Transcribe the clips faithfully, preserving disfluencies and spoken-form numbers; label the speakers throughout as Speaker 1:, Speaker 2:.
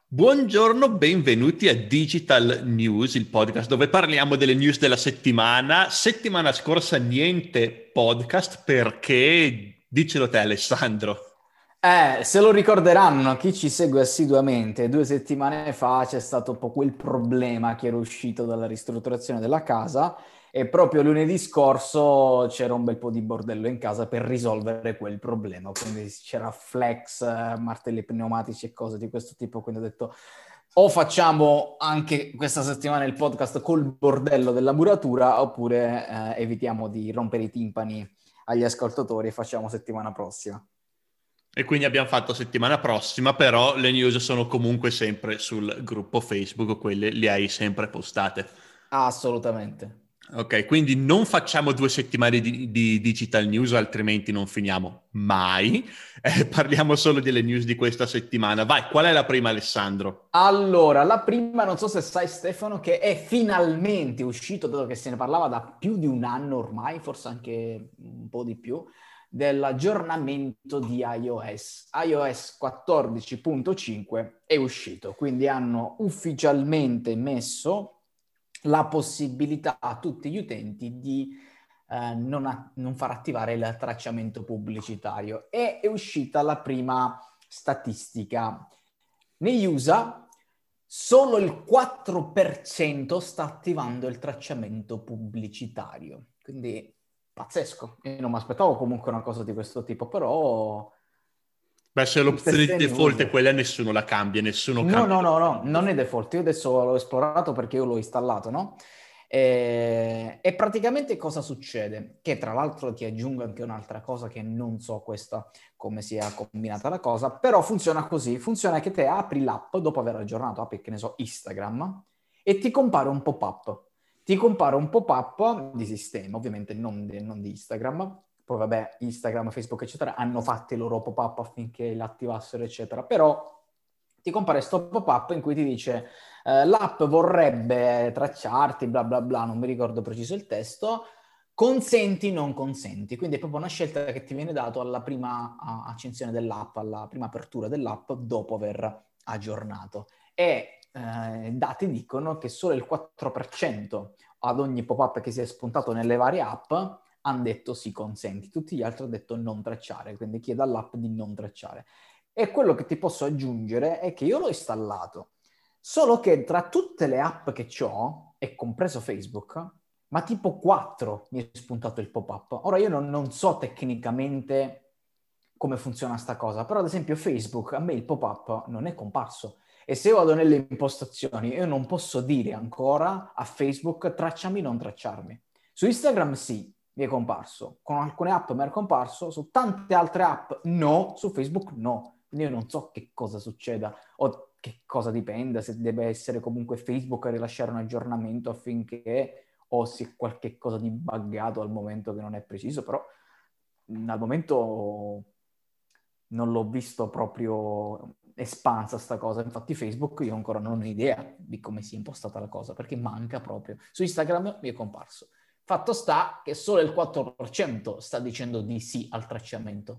Speaker 1: Buongiorno, benvenuti a Digital News, il podcast dove parliamo delle news della settimana. Settimana scorsa niente podcast perché, dicelo te Alessandro.
Speaker 2: Eh, se lo ricorderanno chi ci segue assiduamente, due settimane fa c'è stato un po' quel problema che era uscito dalla ristrutturazione della casa e proprio lunedì scorso c'era un bel po' di bordello in casa per risolvere quel problema. Quindi c'era flex, eh, martelli pneumatici e cose di questo tipo. Quindi ho detto o facciamo anche questa settimana il podcast col bordello della muratura oppure eh, evitiamo di rompere i timpani agli ascoltatori e facciamo settimana prossima.
Speaker 1: E quindi abbiamo fatto settimana prossima, però le news sono comunque sempre sul gruppo Facebook, quelle le hai sempre postate.
Speaker 2: Assolutamente.
Speaker 1: Ok, quindi non facciamo due settimane di, di Digital News, altrimenti non finiamo mai. Eh, parliamo solo delle news di questa settimana. Vai, qual è la prima, Alessandro?
Speaker 2: Allora, la prima, non so se sai Stefano, che è finalmente uscito, dato che se ne parlava da più di un anno ormai, forse anche un po' di più, dell'aggiornamento di iOS. iOS quattordici punto cinque è uscito, quindi hanno ufficialmente messo la possibilità a tutti gli utenti di eh, non, a- non far attivare il tracciamento pubblicitario. E è uscita la prima statistica. Negli U S A solo il quattro per cento sta attivando il tracciamento pubblicitario. Quindi pazzesco. Io non mi aspettavo comunque una cosa di questo tipo, però
Speaker 1: Beh, se
Speaker 2: queste
Speaker 1: l'opzione di
Speaker 2: sei
Speaker 1: default
Speaker 2: news.
Speaker 1: è quella, nessuno la cambia, nessuno
Speaker 2: No,
Speaker 1: cambia
Speaker 2: no, no, no,
Speaker 1: l'opzione.
Speaker 2: non è default. Io adesso l'ho esplorato perché io l'ho installato, no? E, e praticamente cosa succede? Che tra l'altro ti aggiungo anche un'altra cosa che non so questa come sia combinata la cosa, però funziona così. Funziona che te apri l'app dopo aver aggiornato, apri che ne so, Instagram e ti compare un pop-up. Ti compare un pop-up di sistema, ovviamente non di, non di Instagram. Poi vabbè, Instagram, Facebook, eccetera, hanno fatto i loro pop-up affinché l'attivassero, eccetera. Però ti compare questo pop-up in cui ti dice eh, l'app vorrebbe tracciarti, bla bla bla, non mi ricordo preciso il testo, consenti, non consenti. Quindi è proprio una scelta che ti viene dato alla prima uh, accensione dell'app, alla prima apertura dell'app dopo aver aggiornato. E eh, dati dicono che solo il quattro per cento ad ogni pop-up che si è spuntato nelle varie app hanno detto sì, consenti. Tutti gli altri hanno detto non tracciare, quindi chieda all'app di non tracciare. E quello che ti posso aggiungere è che io l'ho installato, solo che tra tutte le app che ho, e compreso Facebook, ma tipo quattro mi è spuntato il pop-up. Ora io non, non so tecnicamente come funziona sta cosa, però ad esempio Facebook, a me il pop-up non è comparso. E se io vado nelle impostazioni, io non posso dire ancora a Facebook tracciami, non tracciarmi. Su Instagram sì, mi è comparso. Con alcune app mi è comparso, su tante altre app no, su Facebook no. Quindi io non so che cosa succeda o che cosa dipenda, se deve essere comunque Facebook a rilasciare un aggiornamento affinché o se qualche cosa di buggato al momento che non è preciso, però mh, al momento non l'ho visto proprio espansa sta cosa. Infatti Facebook io ancora non ho idea di come sia impostata la cosa, perché manca proprio. Su Instagram mi è comparso. Fatto sta che solo il quattro per cento sta dicendo di sì al tracciamento.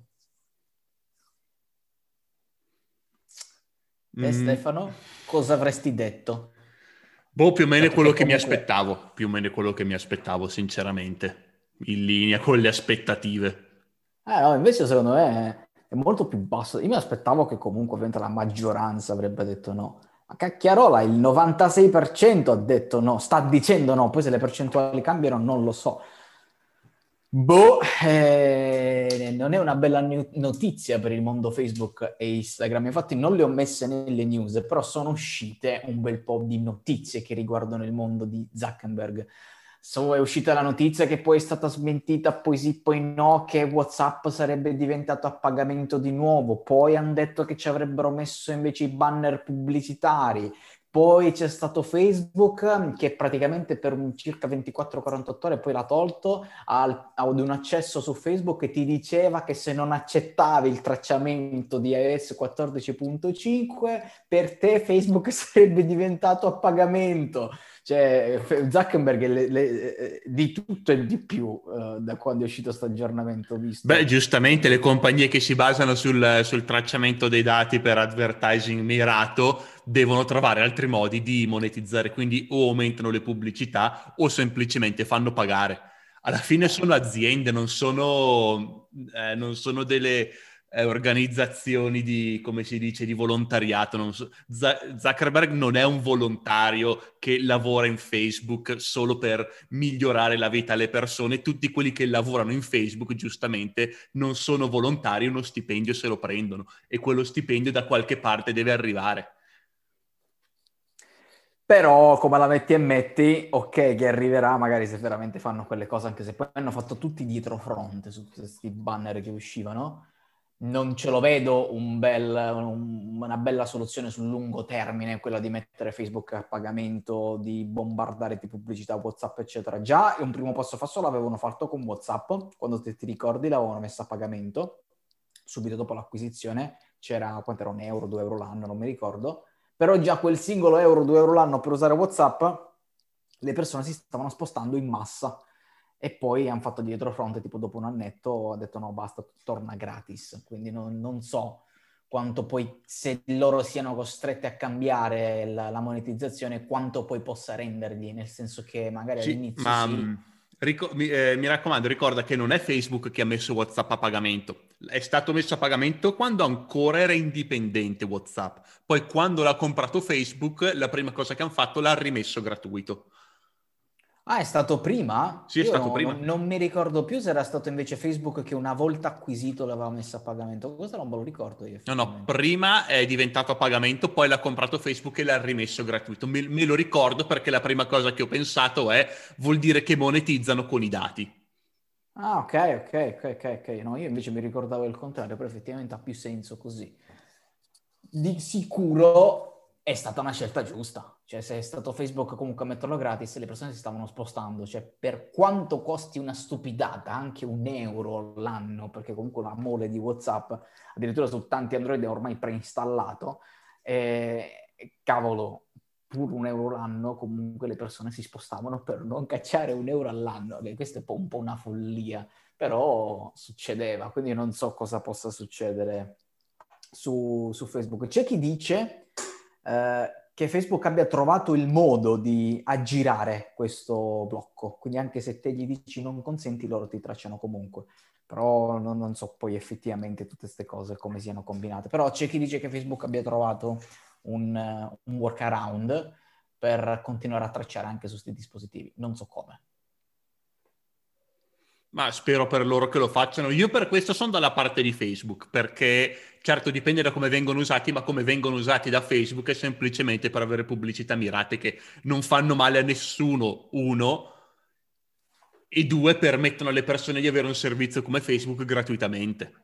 Speaker 2: Te,
Speaker 1: Mm.
Speaker 2: Stefano, cosa avresti detto?
Speaker 1: Boh, più o meno è
Speaker 2: Dato
Speaker 1: quello
Speaker 2: che
Speaker 1: che mi
Speaker 2: comunque...
Speaker 1: aspettavo, più o meno è quello che mi aspettavo, sinceramente, in linea con le aspettative.
Speaker 2: Eh, no, invece secondo me è, è molto più basso. Io mi aspettavo che comunque ovviamente la maggioranza avrebbe detto no. Ma cacchiarola, il novantasei per cento ha detto no, sta dicendo no, poi se le percentuali cambiano non lo so. Boh, eh, non è una bella nu- notizia per il mondo Facebook e Instagram. Infatti non le ho messe nelle news, però sono uscite un bel po' di notizie che riguardano il mondo di Zuckerberg. So, è uscita la notizia che poi è stata smentita, poi sì, poi no, che WhatsApp sarebbe diventato a pagamento di nuovo. Poi hanno detto che ci avrebbero messo invece i banner pubblicitari. Poi c'è stato Facebook che praticamente per un circa ventiquattro quarantotto ore poi l'ha tolto al- ad un accesso su Facebook che ti diceva che se non accettavi il tracciamento di iOS quattordici punto cinque per te Facebook sarebbe diventato a pagamento. Cioè, Zuckerberg le, le, di tutto e di più uh, da quando è uscito questo aggiornamento,
Speaker 1: Beh,
Speaker 2: visto
Speaker 1: giustamente le compagnie che si basano sul, sul tracciamento dei dati per advertising mirato devono trovare altri modi di monetizzare, quindi o aumentano le pubblicità o semplicemente fanno pagare. Alla fine sono aziende, non sono, eh, non sono delle eh, organizzazioni di, come si dice, di volontariato. Non so. Z- Zuckerberg non è un volontario che lavora in Facebook solo per migliorare la vita alle persone. Tutti quelli che lavorano in Facebook, giustamente, non sono volontari, uno stipendio se lo prendono e quello stipendio da qualche parte deve arrivare.
Speaker 2: Però come la metti e metti, ok che arriverà magari se veramente fanno quelle cose, anche se poi hanno fatto tutti dietro fronte su tutti questi banner che uscivano, non ce lo vedo un bel, un, una bella soluzione sul lungo termine, quella di mettere Facebook a pagamento, di bombardare di pubblicità, WhatsApp, eccetera. Già un primo passo fa solo l'avevano fatto con WhatsApp, quando te ti ricordi l'avevano messa a pagamento, subito dopo l'acquisizione, c'era, quanto era, un euro, due euro l'anno, non mi ricordo, però già quel singolo euro, due euro l'anno per usare WhatsApp, le persone si stavano spostando in massa. E poi hanno fatto dietro fronte, tipo dopo un annetto, ha detto no, basta, torna gratis. Quindi non, non so quanto poi, se loro siano costretti a cambiare la, la monetizzazione, quanto poi possa rendergli, nel senso che magari
Speaker 1: Sì,
Speaker 2: all'inizio
Speaker 1: ma
Speaker 2: sì.
Speaker 1: mh, ric- mi, eh, mi raccomando, ricorda che non è Facebook che ha messo WhatsApp a pagamento. È stato messo a pagamento quando ancora era indipendente WhatsApp. Poi quando l'ha comprato Facebook, la prima cosa che hanno fatto l'ha rimesso gratuito.
Speaker 2: Ah, è stato prima?
Speaker 1: Sì, è
Speaker 2: Io
Speaker 1: stato
Speaker 2: no-
Speaker 1: prima.
Speaker 2: non, non mi ricordo più se era stato invece Facebook che una volta acquisito l'aveva messo a pagamento. Questo non me lo ricordo io
Speaker 1: No, no,
Speaker 2: effettivamente.
Speaker 1: prima è diventato a pagamento, poi l'ha comprato Facebook e l'ha rimesso gratuito. Me, me lo ricordo perché la prima cosa che ho pensato è vuol dire che monetizzano con i dati.
Speaker 2: Ah, ok, ok, ok, ok, ok. No, io invece mi ricordavo il contrario, però effettivamente ha più senso così. Di sicuro è stata una scelta giusta. Cioè, se è stato Facebook comunque a metterlo gratis, le persone si stavano spostando. Cioè, per quanto costi una stupidata, anche un euro l'anno, perché comunque una mole di WhatsApp, addirittura su tanti Android è ormai preinstallato, eh, cavolo, pur un euro l'anno, comunque le persone si spostavano per non cacciare un euro all'anno, che questo è un po' una follia, però succedeva, quindi non so cosa possa succedere su, su Facebook. C'è chi dice eh, che Facebook abbia trovato il modo di aggirare questo blocco, quindi anche se te gli dici non consenti, loro ti tracciano comunque. Però non, non so poi effettivamente tutte queste cose come siano combinate. Però c'è chi dice che Facebook abbia trovato un, un workaround per continuare a tracciare anche su questi dispositivi. Non so come.
Speaker 1: Ma spero per loro che lo facciano. Io per questo sono dalla parte di Facebook, perché certo dipende da come vengono usati, ma come vengono usati da Facebook è semplicemente per avere pubblicità mirate che non fanno male a nessuno, uno, e due, permettono alle persone di avere un servizio come Facebook gratuitamente.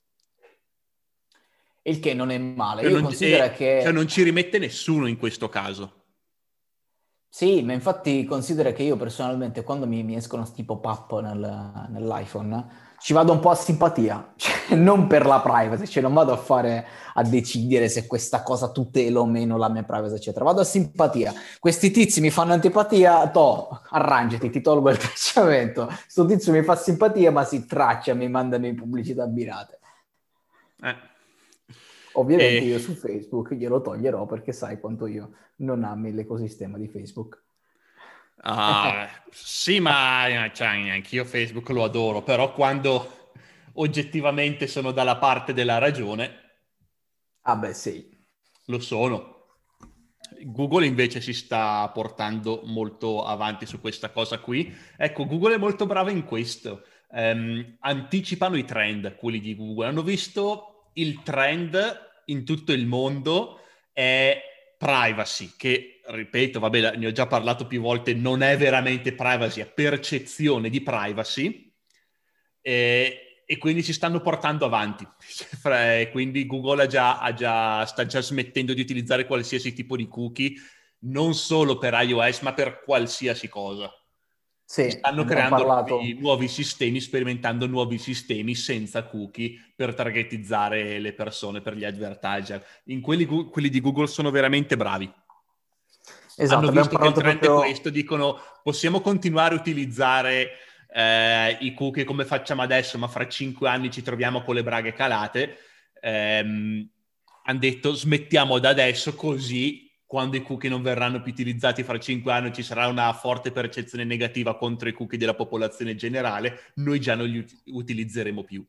Speaker 2: Il che non è male.
Speaker 1: Cioè
Speaker 2: Io
Speaker 1: non,
Speaker 2: considero
Speaker 1: e, cioè non
Speaker 2: che
Speaker 1: ci rimette nessuno in questo caso.
Speaker 2: sì, ma infatti considera che io personalmente quando mi, mi escono sti pop-up nel- nell'iPhone ci vado un po' a simpatia, cioè, non per la privacy, cioè non vado a fare a decidere se questa cosa tutela o meno la mia privacy, eccetera. Vado a simpatia. Questi tizi mi fanno antipatia, to, arrangiati, ti tolgo il tracciamento. Sto tizio mi fa simpatia, ma si traccia, mi mandano in pubblicità abbinate.
Speaker 1: Eh.
Speaker 2: Ovviamente
Speaker 1: E,
Speaker 2: io su Facebook glielo toglierò perché sai quanto io non ami l'ecosistema di Facebook.
Speaker 1: ah, sì, ma cioè, anch'io Facebook lo adoro, però quando oggettivamente sono dalla parte della ragione,
Speaker 2: Ah beh, sì.
Speaker 1: lo sono. Google invece si sta portando molto avanti su questa cosa qui. Ecco, Google è molto brava in questo. Ehm, anticipano i trend, quelli di Google. Hanno visto il trend in tutto il mondo è privacy, che, ripeto, vabbè, ne ho già parlato più volte, non è veramente privacy, è percezione di privacy. E, e quindi si stanno portando avanti. Quindi Google ha già, ha già, sta già smettendo di utilizzare qualsiasi tipo di cookie, non solo per iOS, ma per qualsiasi cosa.
Speaker 2: Sì,
Speaker 1: Stanno
Speaker 2: ne ho
Speaker 1: creando nuovi,
Speaker 2: parlato.
Speaker 1: nuovi sistemi, sperimentando nuovi sistemi senza cookie per targetizzare le persone, per gli advertiser. In quelli, quelli di Google sono veramente bravi. Hanno
Speaker 2: Esatto, abbiamo
Speaker 1: visto che il
Speaker 2: parlato
Speaker 1: trend è
Speaker 2: proprio.
Speaker 1: questo, dicono possiamo continuare a utilizzare eh, i cookie come facciamo adesso, ma fra cinque anni ci troviamo con le braghe calate. Ehm, hanno detto smettiamo da adesso, così quando i cookie non verranno più utilizzati fra cinque anni ci sarà una forte percezione negativa contro i cookie della popolazione generale, noi già non li ut- utilizzeremo più.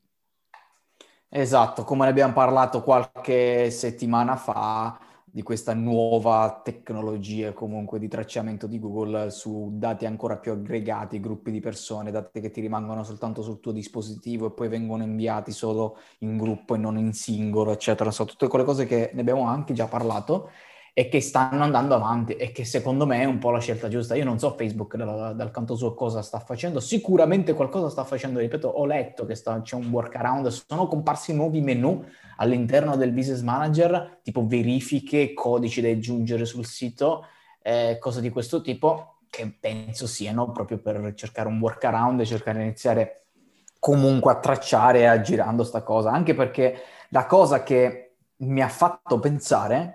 Speaker 2: Esatto, come ne abbiamo parlato qualche settimana fa di questa nuova tecnologia comunque di tracciamento di Google su dati ancora più aggregati, gruppi di persone, dati che ti rimangono soltanto sul tuo dispositivo e poi vengono inviati solo in gruppo e non in singolo, eccetera. Sono tutte quelle cose che ne abbiamo anche già parlato e che stanno andando avanti e che secondo me è un po' la scelta giusta. Io non so Facebook dal, dal canto suo cosa sta facendo, sicuramente qualcosa sta facendo, ripeto, ho letto che sta, c'è un workaround, sono comparsi nuovi menu all'interno del Business Manager, tipo verifiche, codici da aggiungere sul sito, eh, cose di questo tipo, che penso siano proprio per cercare un workaround e cercare di iniziare comunque a tracciare e aggirando sta cosa, anche perché la cosa che mi ha fatto pensare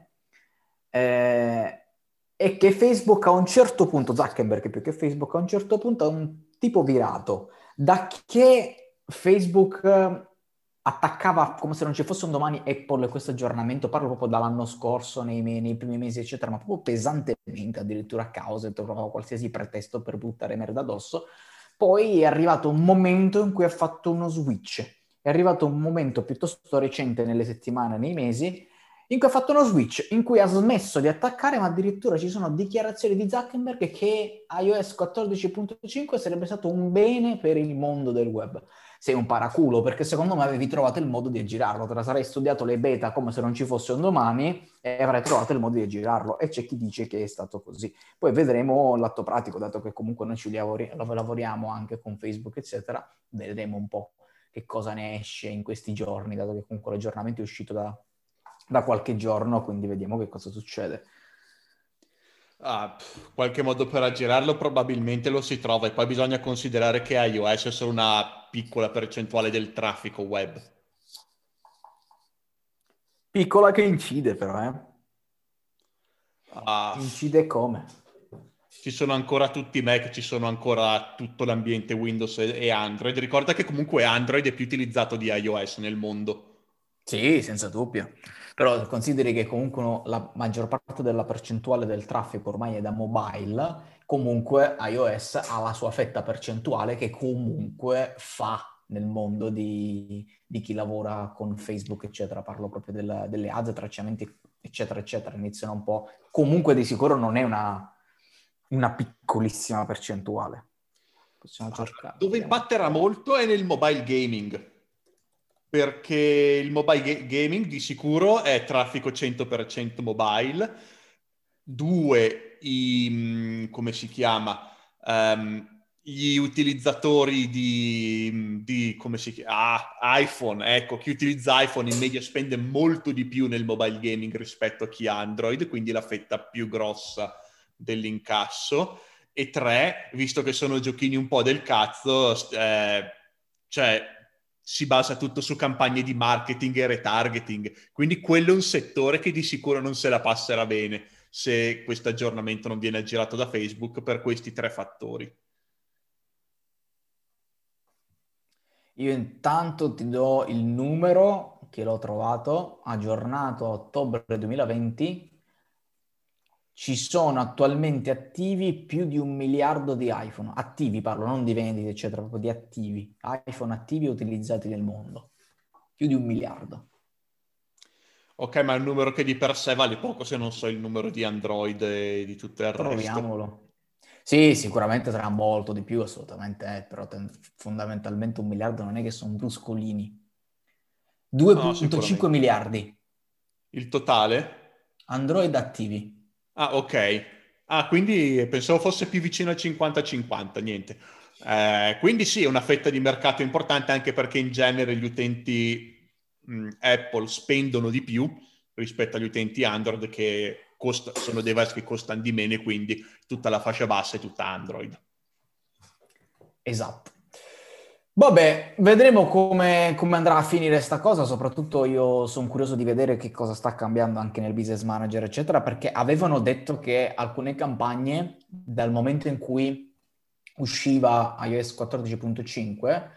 Speaker 2: eh, è che Facebook a un certo punto, Zuckerberg più che Facebook, a un certo punto è un tipo virato, da che Facebook eh, attaccava come se non ci fosse un domani Apple e questo aggiornamento, parlo proprio dall'anno scorso, nei, nei primi mesi, eccetera, ma proprio pesantemente, addirittura a causa, trovava qualsiasi pretesto per buttare merda addosso. Poi è arrivato un momento in cui ha fatto uno switch. È arrivato un momento piuttosto recente, nelle settimane, nei mesi, in cui ha fatto uno switch, in cui ha smesso di attaccare, ma addirittura ci sono dichiarazioni di Zuckerberg che iOS quattordici punto cinque sarebbe stato un bene per il mondo del web. Sei un paraculo, perché secondo me avevi trovato il modo di aggirarlo, te la sarei studiato le beta come se non ci fosse un domani e avrai trovato il modo di aggirarlo, e c'è chi dice che è stato così. Poi vedremo l'atto pratico, dato che comunque noi ci lavori- lavoriamo anche con Facebook, eccetera, vedremo un po' che cosa ne esce in questi giorni, dato che comunque l'aggiornamento è uscito da, da qualche giorno, quindi vediamo che cosa succede.
Speaker 1: Ah, pff, qualche modo per aggirarlo probabilmente lo si trova, e poi bisogna considerare che iOS è solo una piccola percentuale del traffico web.
Speaker 2: Piccola che incide però, eh?
Speaker 1: Ah,
Speaker 2: Incide come?
Speaker 1: ci sono ancora tutti i Mac, ci sono ancora tutto l'ambiente Windows e e Android. Ricorda che comunque Android è più utilizzato di iOS nel mondo.
Speaker 2: Sì, senza dubbio. Però consideri che comunque no- la maggior parte della percentuale del traffico ormai è da mobile, comunque iOS ha la sua fetta percentuale che comunque fa nel mondo di, di chi lavora con Facebook, eccetera. Parlo proprio del- delle ads, tracciamenti, eccetera, eccetera. Iniziano un po'. Comunque di sicuro non è una, una piccolissima percentuale. Possiamo cercare,
Speaker 1: Dove
Speaker 2: vediamo.
Speaker 1: impatterà molto è nel mobile gaming, perché il mobile ga- gaming di sicuro è traffico cento per cento mobile. Due, i, mh, come si chiama? Ehm, gli utilizzatori di, di come si chiama? Ah, iPhone, ecco, chi utilizza iPhone in media spende molto di più nel mobile gaming rispetto a chi ha Android, quindi la fetta più grossa dell'incasso. E tre, visto che sono giochini un po' del cazzo, eh, cioè si basa tutto su campagne di marketing e retargeting, quindi quello è un settore che di sicuro non se la passerà bene se questo aggiornamento non viene aggirato da Facebook per questi tre fattori.
Speaker 2: Io intanto ti do il numero che l'ho trovato, aggiornato a ottobre duemilaventi. Ci sono attualmente attivi più di un miliardo di iPhone. Attivi parlo, non di vendite, eccetera, proprio di attivi. iPhone attivi utilizzati nel mondo. Più di un miliardo.
Speaker 1: Ok, ma è un numero che di per sé vale poco se non so il numero di Android e di tutto il resto.
Speaker 2: Troviamolo. Sì, sicuramente sarà molto di più, assolutamente, eh, però ten- fondamentalmente un miliardo non è che sono bruscolini.
Speaker 1: No,
Speaker 2: due virgola cinque
Speaker 1: sicuramente.
Speaker 2: miliardi.
Speaker 1: Il totale?
Speaker 2: Android attivi.
Speaker 1: Ah, ok. Ah, quindi pensavo fosse più vicino al cinquanta cinquanta, niente. Eh, quindi sì, è una fetta di mercato importante, anche perché in genere gli utenti mh, Apple spendono di più rispetto agli utenti Android, che costa- sono device che costano di meno, e quindi tutta la fascia bassa è tutta Android.
Speaker 2: Esatto. Vabbè, vedremo come, come andrà a finire sta cosa, soprattutto io sono curioso di vedere che cosa sta cambiando anche nel business manager, eccetera, perché avevano detto che alcune campagne, dal momento in cui usciva iOS quattordici punto cinque,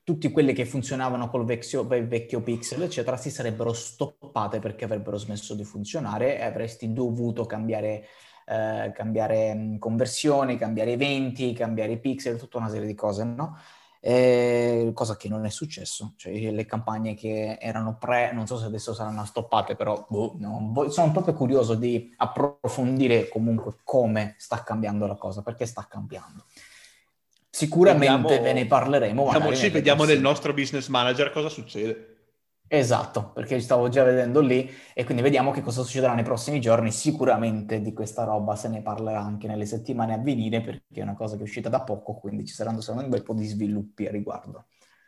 Speaker 2: tutti quelli che funzionavano col vecchio, vecchio Pixel, eccetera, si sarebbero stoppate perché avrebbero smesso di funzionare e avresti dovuto cambiare, eh, cambiare mh, conversioni, cambiare eventi, cambiare i pixel, tutta una serie di cose, no? Eh, cosa che non è successo. Cioè, le campagne che erano pre, non so se adesso saranno stoppate, però boh, no, sono proprio curioso di approfondire comunque come sta cambiando la cosa, perché sta cambiando. Sicuramente
Speaker 1: Vediamo,
Speaker 2: ve ne parleremo
Speaker 1: vediamo,
Speaker 2: magari
Speaker 1: sì,
Speaker 2: nelle
Speaker 1: vediamo nel
Speaker 2: prossime.
Speaker 1: nostro business manager cosa succede.
Speaker 2: Esatto, perché stavo già vedendo lì e quindi vediamo che cosa succederà nei prossimi giorni. Sicuramente di questa roba se ne parlerà anche nelle settimane a venire perché è una cosa che è uscita da poco, quindi ci saranno secondo me un bel po' di sviluppi a riguardo.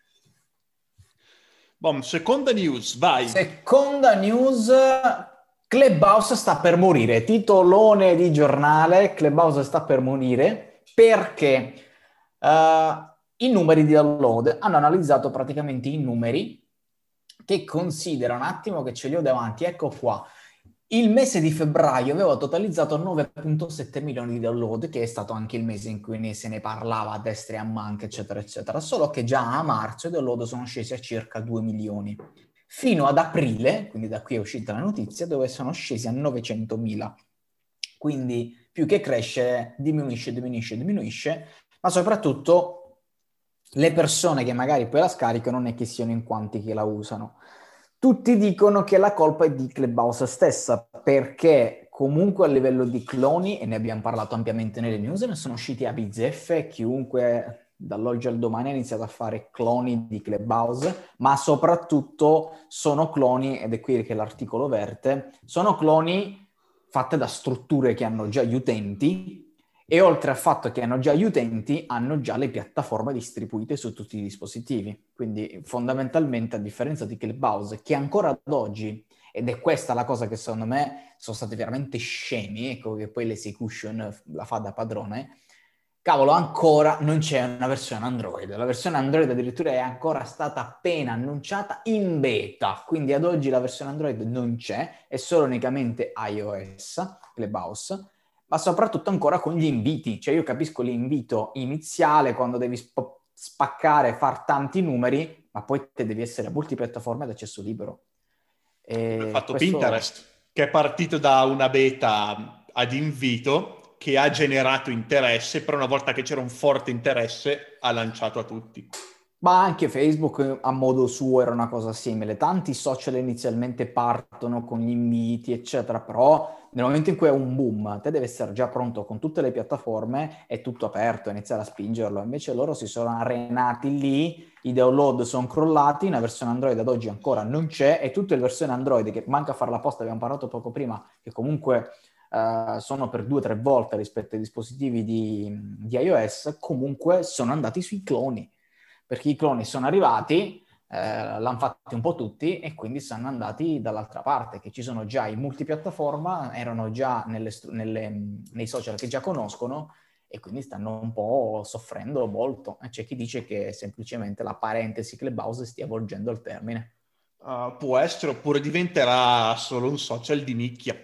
Speaker 1: Bom, seconda news, vai.
Speaker 2: Seconda news, Clubhouse sta per morire. Titolone di giornale, Clubhouse sta per morire perché uh, i numeri di download hanno analizzato praticamente i numeri che considera un attimo che ce li ho davanti, ecco qua. Il mese di febbraio aveva totalizzato nove virgola sette milioni di download, che è stato anche il mese in cui ne se ne parlava a destra e a manca, eccetera, eccetera. Solo che già a marzo i download sono scesi a circa due milioni. Fino ad aprile, quindi da qui è uscita la notizia, dove sono scesi a novecentomila. Quindi più che crescere, diminuisce, diminuisce, diminuisce, ma soprattutto le persone che magari poi la scaricano non è che siano in quanti che la usano. Tutti dicono che la colpa è di Clubhouse stessa, perché comunque a livello di cloni, e ne abbiamo parlato ampiamente nelle news, ne sono usciti a bizzeffe, chiunque dall'oggi al domani ha iniziato a fare cloni di Clubhouse, ma soprattutto sono cloni, ed è qui che l'articolo verte, sono cloni fatte da strutture che hanno già gli utenti, e oltre al fatto che hanno già gli utenti, hanno già le piattaforme distribuite su tutti i dispositivi. Quindi fondamentalmente, a differenza di Clubhouse, che ancora ad oggi, ed è questa la cosa che secondo me sono stati veramente scemi, ecco che poi l'execution la fa da padrone, cavolo, ancora non c'è una versione Android. La versione Android addirittura è ancora stata appena annunciata in beta, quindi ad oggi la versione Android non c'è, è solo unicamente iOS, Clubhouse, ma soprattutto ancora con gli inviti. Cioè io capisco l'invito iniziale quando devi sp- spaccare, far tanti numeri, ma poi te devi essere a multipiattaforme ad accesso libero.
Speaker 1: Come ha
Speaker 2: E
Speaker 1: fatto
Speaker 2: questo...
Speaker 1: Pinterest, che è partito da una beta ad invito che ha generato interesse, però una volta che c'era un forte interesse ha lanciato a tutti.
Speaker 2: Ma anche Facebook a modo suo era una cosa simile. Tanti social inizialmente partono con gli inviti, eccetera, però nel momento in cui è un boom, te devi essere già pronto con tutte le piattaforme, è tutto aperto, iniziare a spingerlo. Invece loro si sono arenati lì, i download sono crollati, una versione Android ad oggi ancora non c'è, e tutte le versioni Android che manca a fare la posta, abbiamo parlato poco prima, che comunque uh, sono per due o tre volte rispetto ai dispositivi di, di iOS, comunque sono andati sui cloni. Perché i cloni sono arrivati, eh, l'hanno fatti un po' tutti e quindi sono andati dall'altra parte, che ci sono già i multipiattaforma, erano già nelle, nelle, nei social che già conoscono e quindi stanno un po' soffrendo molto. E c'è chi dice che semplicemente la parentesi Clubhouse stia volgendo al termine.
Speaker 1: Uh, può essere, oppure diventerà solo un social di nicchia.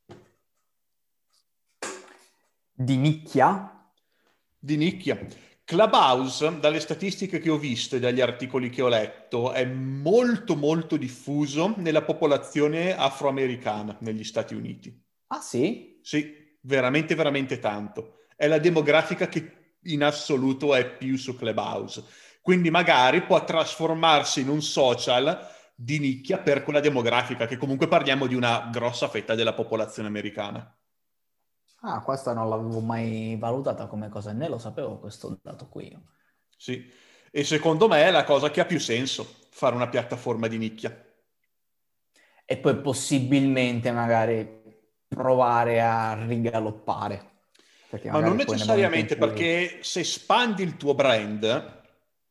Speaker 2: Di nicchia?
Speaker 1: Di nicchia. Clubhouse, dalle statistiche che ho visto e dagli articoli che ho letto, è molto molto diffuso nella popolazione afroamericana negli Stati Uniti.
Speaker 2: Ah sì?
Speaker 1: Sì, veramente veramente tanto. È la demografica che in assoluto è più su Clubhouse. Quindi magari può trasformarsi in un social di nicchia per quella demografica, che comunque parliamo di una grossa fetta della popolazione americana.
Speaker 2: Ah, questa non l'avevo mai valutata come cosa, né lo sapevo questo dato qui.
Speaker 1: Sì, e secondo me è la cosa che ha più senso, fare una piattaforma di nicchia.
Speaker 2: E poi possibilmente magari provare a rigaloppare. Perché
Speaker 1: Ma non
Speaker 2: magari poi nel momento in
Speaker 1: necessariamente,
Speaker 2: cui...
Speaker 1: perché se espandi il tuo brand,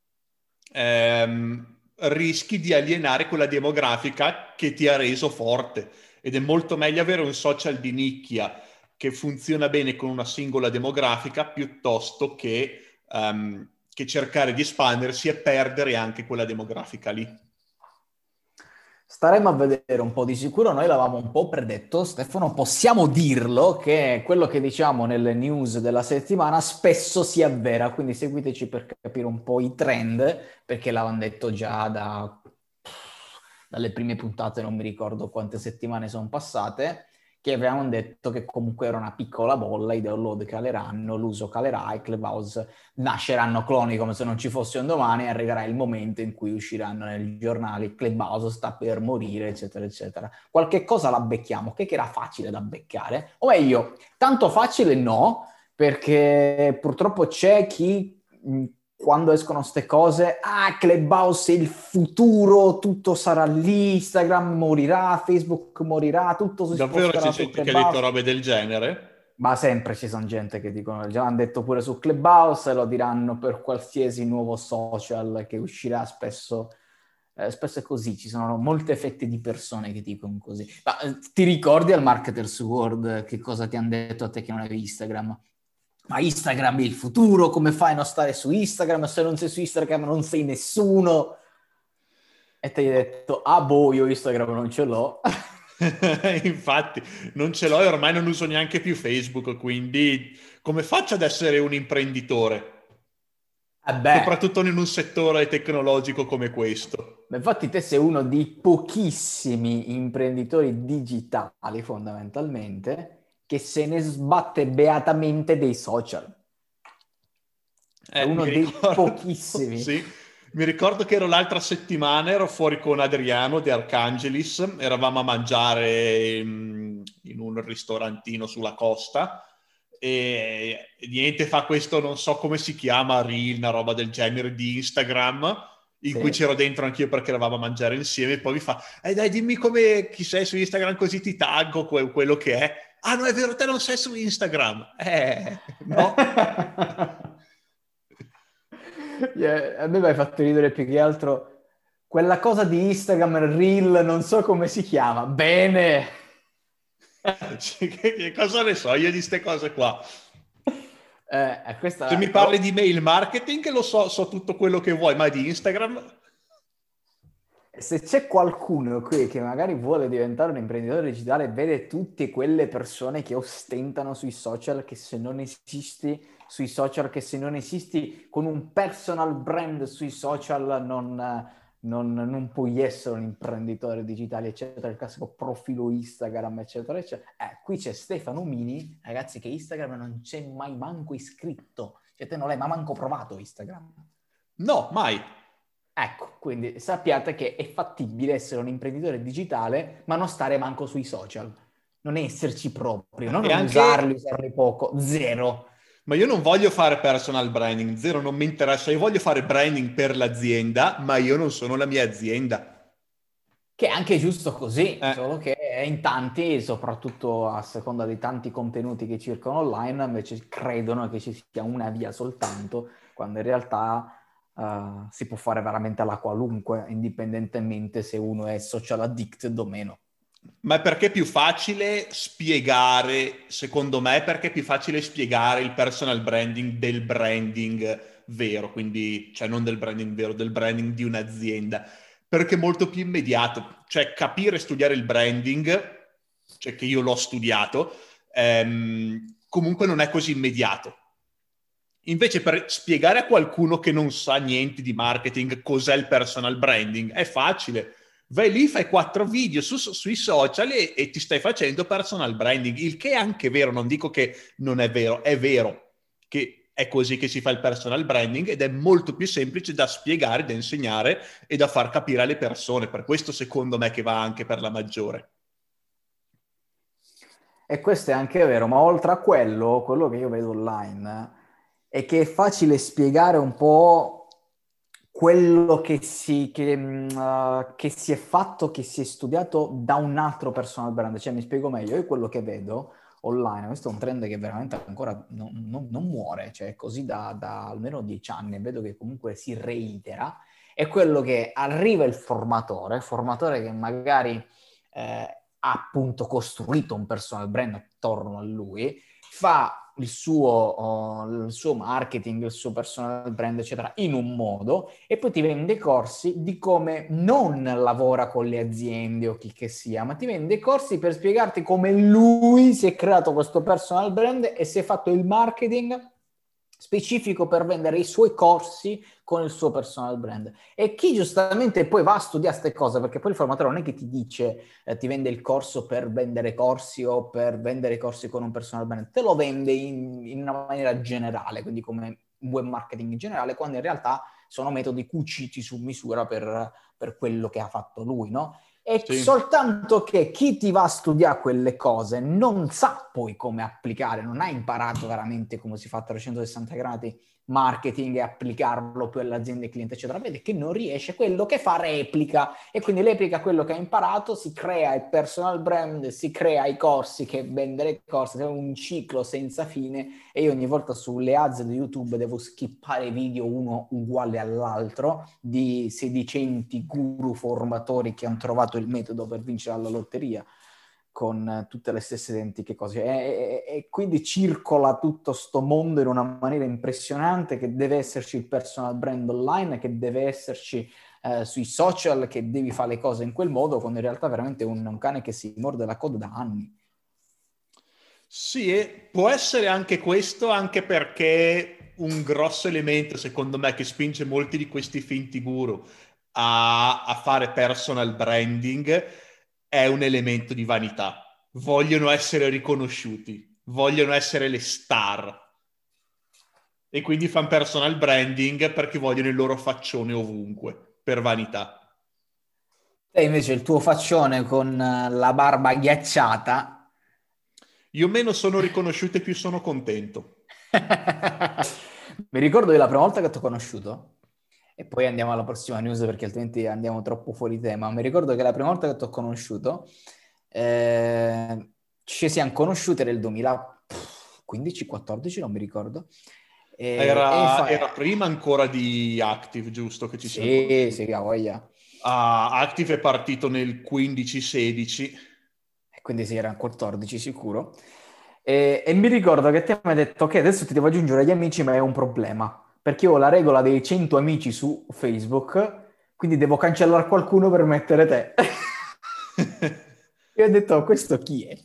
Speaker 1: ehm, rischi di alienare quella demografica che ti ha reso forte. Ed è molto meglio avere un social di nicchia che funziona bene con una singola demografica piuttosto che, um, che cercare di espandersi e perdere anche quella demografica lì.
Speaker 2: Staremo a vedere un po', di sicuro noi l'avevamo un po' predetto, Stefano, possiamo dirlo che quello che diciamo nelle news della settimana spesso si avvera, quindi seguiteci per capire un po' i trend, perché l'avevamo detto già da, dalle prime puntate, non mi ricordo quante settimane sono passate, che avevamo detto che comunque era una piccola bolla, i download caleranno, l'uso calerà e Clubhouse nasceranno cloni come se non ci fosse un domani e arriverà il momento in cui usciranno nei giornali Clubhouse sta per morire, eccetera, eccetera. Qualche cosa la becchiamo, che era facile da beccare, o meglio, tanto facile no, perché purtroppo c'è chi mh, quando escono ste cose, ah, Clubhouse è il futuro, tutto sarà lì, Instagram morirà, Facebook morirà, tutto si
Speaker 1: Davvero c'è
Speaker 2: sposterà su
Speaker 1: gente che ha detto
Speaker 2: Clubhouse.
Speaker 1: robe del genere?
Speaker 2: Ma sempre ci sono gente che dicono, già hanno detto pure su Clubhouse, e lo diranno per qualsiasi nuovo social che uscirà spesso. Eh, spesso è così, ci sono molte fette di persone che dicono così. Ma eh, ti ricordi al Marketers World che cosa ti hanno detto a te che non avevi Instagram? Ma Instagram è il futuro, come fai a non stare su Instagram? Se non sei su Instagram non sei nessuno. E ti hai detto, ah boh, io Instagram non ce l'ho.
Speaker 1: Infatti, non ce l'ho e ormai non uso neanche più Facebook, quindi come faccio ad essere un imprenditore?
Speaker 2: Eh beh,
Speaker 1: Soprattutto in un settore tecnologico come questo.
Speaker 2: ma infatti te sei uno dei pochissimi imprenditori digitali, fondamentalmente, che se ne sbatte beatamente dei social. È
Speaker 1: Eh,
Speaker 2: uno
Speaker 1: mi
Speaker 2: dei
Speaker 1: ricordo,
Speaker 2: pochissimi.
Speaker 1: sì, mi ricordo che ero l'altra settimana, ero fuori con Adriano di Arcangelis, eravamo a mangiare in, in un ristorantino sulla costa e niente, fa questo, non so come si chiama, Reel, una roba del genere di Instagram, in cui
Speaker 2: Sì.
Speaker 1: c'ero dentro anch'io perché eravamo a mangiare insieme, e poi mi fa, eh dai, dimmi come chi sei su Instagram così ti taggo que- quello che è. Ah, no, è vero, te non sei su Instagram. Eh, no.
Speaker 2: Yeah, a me mi hai fatto ridere più che altro quella cosa di Instagram Reel, non so come si chiama. Bene.
Speaker 1: Cioè, che, che cosa ne so io di queste cose qua?
Speaker 2: Eh,
Speaker 1: Se
Speaker 2: questa
Speaker 1: mi
Speaker 2: però
Speaker 1: parli di mail marketing, lo so, so tutto quello che vuoi, ma di Instagram?
Speaker 2: se c'è qualcuno qui che magari vuole diventare un imprenditore digitale, vede tutte quelle persone che ostentano sui social, che se non esisti sui social, che se non esisti con un personal brand sui social, non, non, non puoi essere un imprenditore digitale, eccetera, il classico profilo Instagram, eccetera, eccetera. Eh, qui c'è Stefano Mini, ragazzi, che Instagram non c'è mai manco iscritto, cioè te non l'hai mai manco provato Instagram.
Speaker 1: No, mai.
Speaker 2: Ecco, quindi sappiate che è fattibile essere un imprenditore digitale, ma non stare manco sui social. Non esserci proprio, no?
Speaker 1: E
Speaker 2: Non
Speaker 1: anche,
Speaker 2: usarli, usarli poco, zero.
Speaker 1: ma io non voglio fare personal branding, zero, non mi interessa. Io voglio fare branding per l'azienda, ma io non sono la mia azienda.
Speaker 2: Che è anche giusto così,
Speaker 1: Eh.
Speaker 2: solo che in tanti, soprattutto a seconda di tanti contenuti che circolano online, invece credono che ci sia una via soltanto, quando in realtà uh, si può fare veramente alla qualunque, indipendentemente se uno è social addicted o meno.
Speaker 1: Ma è perché è più facile spiegare, secondo me, perché è più facile spiegare il personal branding del branding vero, quindi, cioè non del branding vero, del branding di un'azienda, perché è molto più immediato. Cioè capire e studiare il branding, cioè che io l'ho studiato, ehm, comunque non è così immediato. Invece per spiegare a qualcuno che non sa niente di marketing cos'è il personal branding, è facile. Vai lì, fai quattro video su, su, sui social e, e ti stai facendo personal branding, il che è anche vero, non dico che non è vero, è vero che è così che si fa il personal branding ed è molto più semplice da spiegare, da insegnare e da far capire alle persone. Per questo secondo me che va anche per la maggiore.
Speaker 2: E questo è anche vero, ma oltre a quello, quello che io vedo online è che è facile spiegare un po' quello che si, che, mh, uh, che si è fatto, che si è studiato da un altro personal brand. Cioè, mi spiego meglio, io quello che vedo online, questo è un trend che veramente ancora non, non- non muore, cioè così da, da almeno dieci anni, e vedo che comunque si reitera, è quello che arriva il formatore, formatore che magari eh, ha appunto costruito un personal brand attorno a lui, fa il suo, oh, il suo marketing, il suo personal brand, eccetera, in un modo, e poi ti vende corsi di come non lavora con le aziende o chi che sia, ma ti vende corsi per spiegarti come lui si è creato questo personal brand e si è fatto il marketing specifico per vendere i suoi corsi con il suo personal brand. E chi giustamente poi va a studiare queste cose, perché poi il formatore non è che ti dice, eh, ti vende il corso per vendere corsi o per vendere corsi con un personal brand, te lo vende in, in una maniera generale, quindi come web marketing in generale, quando in realtà sono metodi cuciti su misura per, per quello che ha fatto lui, no? E
Speaker 1: Sì.
Speaker 2: soltanto che chi ti va a studiare quelle cose non sa poi come applicare, non ha imparato veramente come si fa a trecentosessanta gradi marketing e applicarlo poi all'azienda e cliente, eccetera. Vede che non riesce, quello che fa replica, e quindi replica quello che ha imparato, si crea il personal brand, si crea i corsi, che vendere corsi, è un ciclo senza fine, e io ogni volta sulle ads di YouTube devo skippare video uno uguale all'altro di sedicenti guru formatori che hanno trovato il metodo per vincere alla lotteria con tutte le stesse identiche cose, e, e, e quindi circola tutto sto mondo in una maniera impressionante, che deve esserci il personal brand online, che deve esserci eh, sui social, che devi fare le cose in quel modo, quando in realtà è veramente un, un cane che si morde la coda da anni.
Speaker 1: Sì, e può essere anche questo, anche perché un grosso elemento, secondo me, che spinge molti di questi finti guru a, a fare personal branding è un elemento di vanità. Vogliono essere riconosciuti, vogliono essere le star. E quindi fanno personal branding perché vogliono il loro faccione ovunque, per vanità.
Speaker 2: E invece il tuo faccione con eh, la barba ghiacciata.
Speaker 1: Io meno sono riconosciuto e più sono contento.
Speaker 2: Mi ricordo che la prima volta che ti ho conosciuto, e poi andiamo alla prossima news perché altrimenti andiamo troppo fuori tema. Mi ricordo che la prima volta che ti ho conosciuto, eh, ci siamo conosciuti nel duemilaquindici quattordici, non mi ricordo. E, e
Speaker 1: Era,
Speaker 2: fa...
Speaker 1: era prima ancora di Active, giusto, che ci siamo
Speaker 2: Sì,
Speaker 1: conosciuti.
Speaker 2: sì, ha voglia.
Speaker 1: Ah, Active è partito nel quindici sedici.
Speaker 2: E quindi sì, era quattordici sicuro. E, e mi ricordo che te mi hai detto che adesso ti devo aggiungere agli amici, ma è un problema. Perché io ho la regola dei cento amici su Facebook, quindi devo cancellare qualcuno per mettere te. E ho detto, "Oh, questo chi è?"